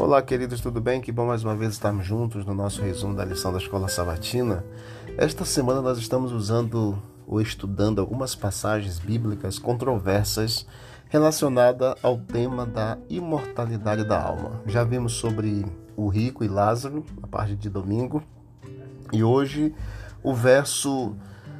Olá, queridos, tudo bem? Que bom mais uma vez estarmos juntos no nosso resumo da lição da Escola Sabatina. Esta semana nós estamos usando ou estudando algumas passagens bíblicas controversas relacionadas ao tema da imortalidade da alma. Já vimos sobre o rico e Lázaro, na parte de domingo, e hoje o verso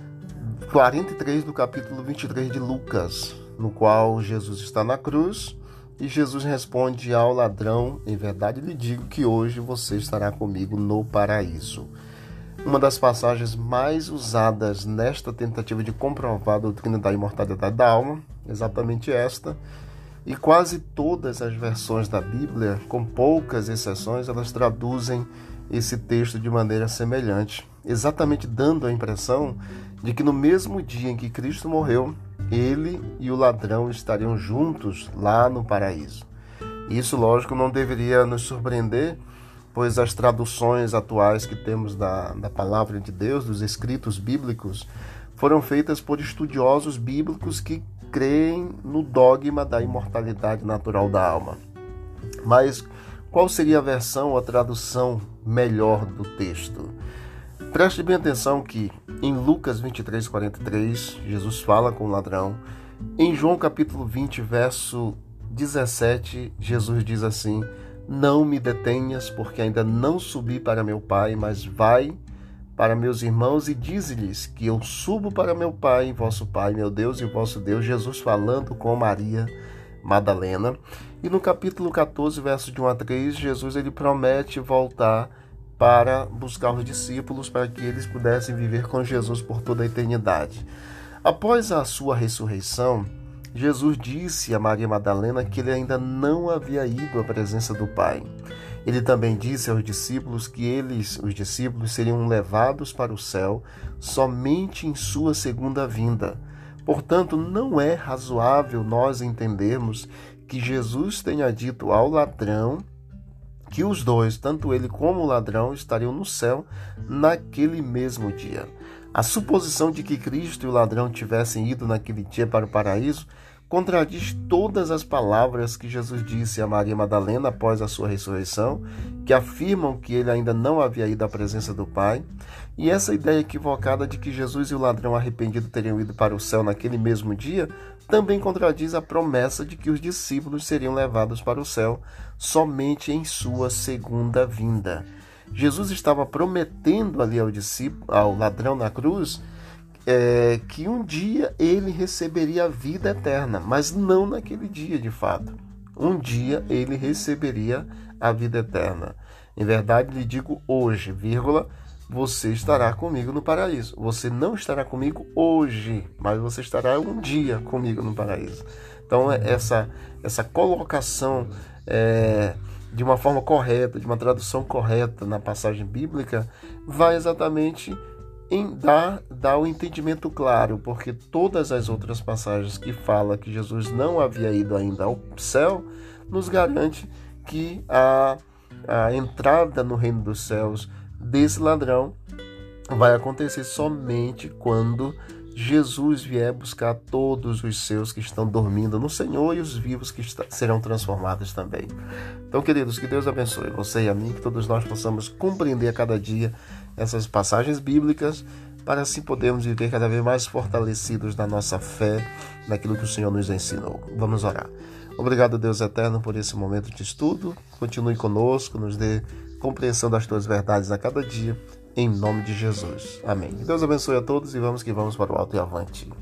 43 do capítulo 23 de Lucas, no qual Jesus está na cruz. E Jesus responde ao ladrão: em verdade lhe digo que hoje você estará comigo no paraíso. Uma das passagens mais usadas nesta tentativa de comprovar a doutrina da imortalidade da alma, exatamente esta. E quase todas as versões da Bíblia, com poucas exceções, elas traduzem esse texto de maneira semelhante, exatamente dando a impressão de que no mesmo dia em que Cristo morreu, ele e o ladrão estariam juntos lá no paraíso. Isso, lógico, não deveria nos surpreender, pois as traduções atuais que temos da palavra de Deus, dos escritos bíblicos, foram feitas por estudiosos bíblicos que creem no dogma da imortalidade natural da alma. Mas qual seria a versão ou a tradução melhor do texto? Preste bem atenção que em Lucas 23:43, Jesus fala com o ladrão. Em João capítulo 20, verso 17, Jesus diz assim: não me detenhas, porque ainda não subi para meu Pai, mas vai para meus irmãos e dize-lhes que eu subo para meu Pai e vosso Pai, meu Deus e vosso Deus. Jesus falando com Maria Madalena. E no capítulo 14, verso de 1 a 3, Jesus ele promete voltar para buscar os discípulos, para que eles pudessem viver com Jesus por toda a eternidade. Após a sua ressurreição, Jesus disse a Maria Madalena que ele ainda não havia ido à presença do Pai. Ele também disse aos discípulos que os discípulos, seriam levados para o céu somente em sua segunda vinda. Portanto, não é razoável nós entendermos que Jesus tenha dito ao ladrão que os dois, tanto ele como o ladrão, estariam no céu naquele mesmo dia. A suposição de que Cristo e o ladrão tivessem ido naquele dia para o paraíso contradiz todas as palavras que Jesus disse a Maria Madalena após a sua ressurreição, que afirmam que ele ainda não havia ido à presença do Pai. E essa ideia equivocada de que Jesus e o ladrão arrependido teriam ido para o céu naquele mesmo dia também contradiz a promessa de que os discípulos seriam levados para o céu somente em sua segunda vinda. Jesus estava prometendo ali ao ladrão na cruz que um dia ele receberia a vida eterna, mas não naquele dia de fato. Um dia ele receberia a vida eterna. Em verdade lhe digo hoje, você estará comigo no paraíso. Você não estará comigo hoje, mas você estará um dia comigo no paraíso. Então essa colocação de uma forma correta, de uma tradução correta na passagem bíblica, vai exatamente dar o entendimento claro, porque todas as outras passagens que falam que Jesus não havia ido ainda ao céu, nos garante que a entrada no reino dos céus desse ladrão vai acontecer somente quando Jesus vier buscar todos os seus que estão dormindo no Senhor e os vivos que serão transformados também. Então, queridos, que Deus abençoe você e a mim, que todos nós possamos compreender a cada dia essas passagens bíblicas, para assim podermos viver cada vez mais fortalecidos na nossa fé, naquilo que o Senhor nos ensinou. Vamos orar. Obrigado, Deus eterno, por esse momento de estudo. Continue conosco, nos dê compreensão das tuas verdades a cada dia, em nome de Jesus. Amém. Deus abençoe a todos e vamos que vamos para o alto e avante.